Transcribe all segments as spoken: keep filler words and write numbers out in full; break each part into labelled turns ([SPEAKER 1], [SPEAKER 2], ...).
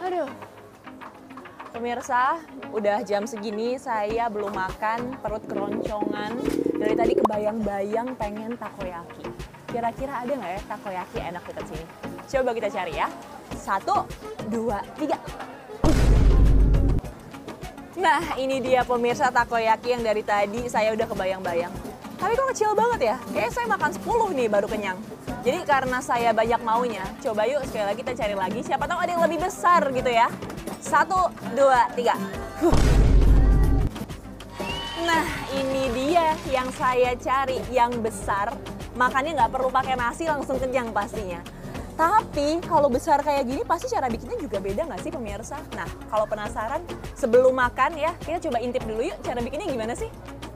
[SPEAKER 1] Aduh. Pemirsa, udah jam segini saya belum makan, perut keroncongan. Dari tadi kebayang-bayang pengen takoyaki. Kira-kira ada nggak ya takoyaki enak dekat sini? Coba kita cari ya. Satu, dua, tiga. Nah, ini dia pemirsa takoyaki yang dari tadi saya udah kebayang-bayang. Tapi kok kecil banget ya? Kayaknya saya makan sepuluh nih baru kenyang. Jadi karena saya banyak maunya, coba yuk sekali lagi kita cari lagi. Siapa tahu ada yang lebih besar gitu ya. Satu, dua, tiga. Huh. Nah, ini dia yang saya cari, yang besar. Makannya nggak perlu pakai nasi, langsung kenyang pastinya. Tapi kalau besar kayak gini pasti cara bikinnya juga beda nggak sih pemirsa? Nah, kalau penasaran sebelum makan ya, kita coba intip dulu yuk cara bikinnya gimana sih?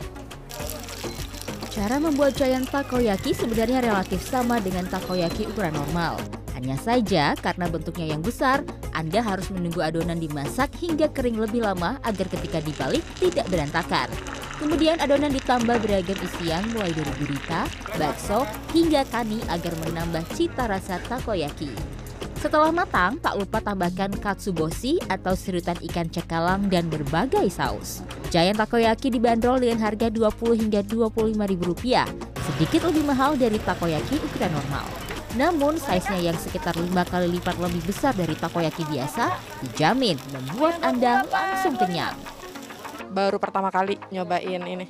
[SPEAKER 2] Cara membuat giant takoyaki sebenarnya relatif sama dengan takoyaki ukuran normal. Hanya saja karena bentuknya yang besar, Anda harus menunggu adonan dimasak hingga kering lebih lama agar ketika dibalik tidak berantakan. Kemudian adonan ditambah beragam isian mulai dari gurita, bakso, hingga kani agar menambah cita rasa takoyaki. Setelah matang, tak lupa tambahkan katsuboshi atau serutan ikan cakalang dan berbagai saus. Giant takoyaki dibanderol dengan harga dua puluh hingga dua puluh lima ribu rupiah, sedikit lebih mahal dari takoyaki ukuran normal. Namun, size-nya yang sekitar lima kali lipat lebih besar dari takoyaki biasa, dijamin membuat Anda langsung kenyang.
[SPEAKER 3] Baru pertama kali nyobain ini.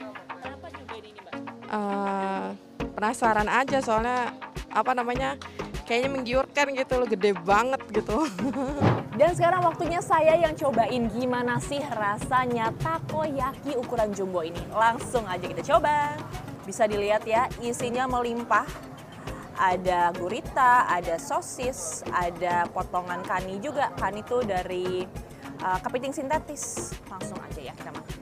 [SPEAKER 3] Uh, penasaran aja soalnya apa namanya? Kayaknya menggiurkan gitu loh, gede banget gitu.
[SPEAKER 1] Dan sekarang waktunya saya yang cobain gimana sih rasanya takoyaki ukuran jumbo ini. Langsung aja kita coba. Bisa dilihat ya, isinya melimpah. Ada gurita, ada sosis, ada potongan kani juga. Kani itu dari uh, kepiting sintetis. Langsung aja ya kita makan.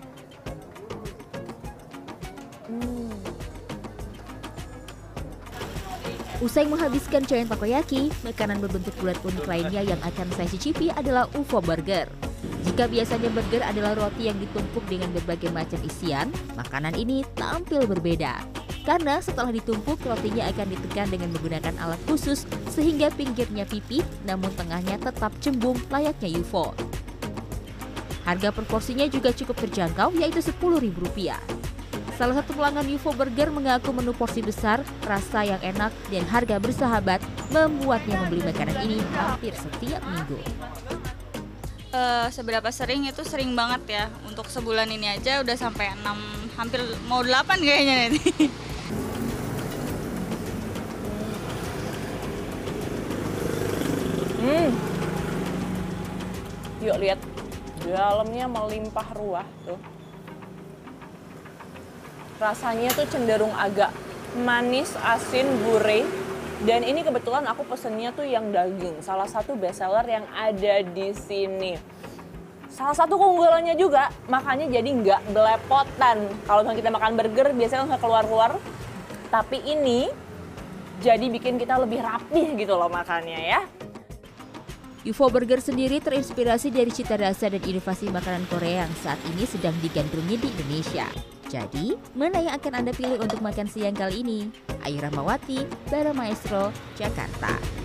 [SPEAKER 1] Hmm.
[SPEAKER 2] Usai menghabiskan giant takoyaki, makanan berbentuk bulat unik lainnya yang akan saya cicipi adalah U F O Burger. Jika biasanya burger adalah roti yang ditumpuk dengan berbagai macam isian, makanan ini tampil berbeda. Karena setelah ditumpuk, rotinya akan ditekan dengan menggunakan alat khusus sehingga pinggirnya pipih, namun tengahnya tetap cembung layaknya U F O. Harga per porsinya juga cukup terjangkau, yaitu sepuluh ribu rupiah. Salah satu pelanggan U F O Burger mengaku menu porsi besar, rasa yang enak, dan harga bersahabat membuatnya membeli makanan ini hampir setiap minggu.
[SPEAKER 4] Uh, seberapa sering itu sering banget ya. Untuk sebulan ini aja udah sampai enam, hampir mau delapan kayaknya nanti.
[SPEAKER 1] Hmm. Yuk lihat, dalamnya melimpah ruah tuh. Rasanya tuh cenderung agak manis, asin, gurih. Dan ini kebetulan aku pesennya tuh yang daging. Salah satu bestseller yang ada di sini. Salah satu keunggulannya juga, makannya jadi nggak belepotan. Kalau kita makan burger biasanya nggak keluar-keluar. Tapi ini jadi bikin kita lebih rapih gitu loh makannya ya.
[SPEAKER 2] U F O Burger sendiri terinspirasi dari cita rasa dan inovasi makanan Korea yang saat ini sedang digandrungi di Indonesia. Jadi, mana yang akan Anda pilih untuk makan siang kali ini? Ayu Rahmawati, Bara Maestro, Jakarta.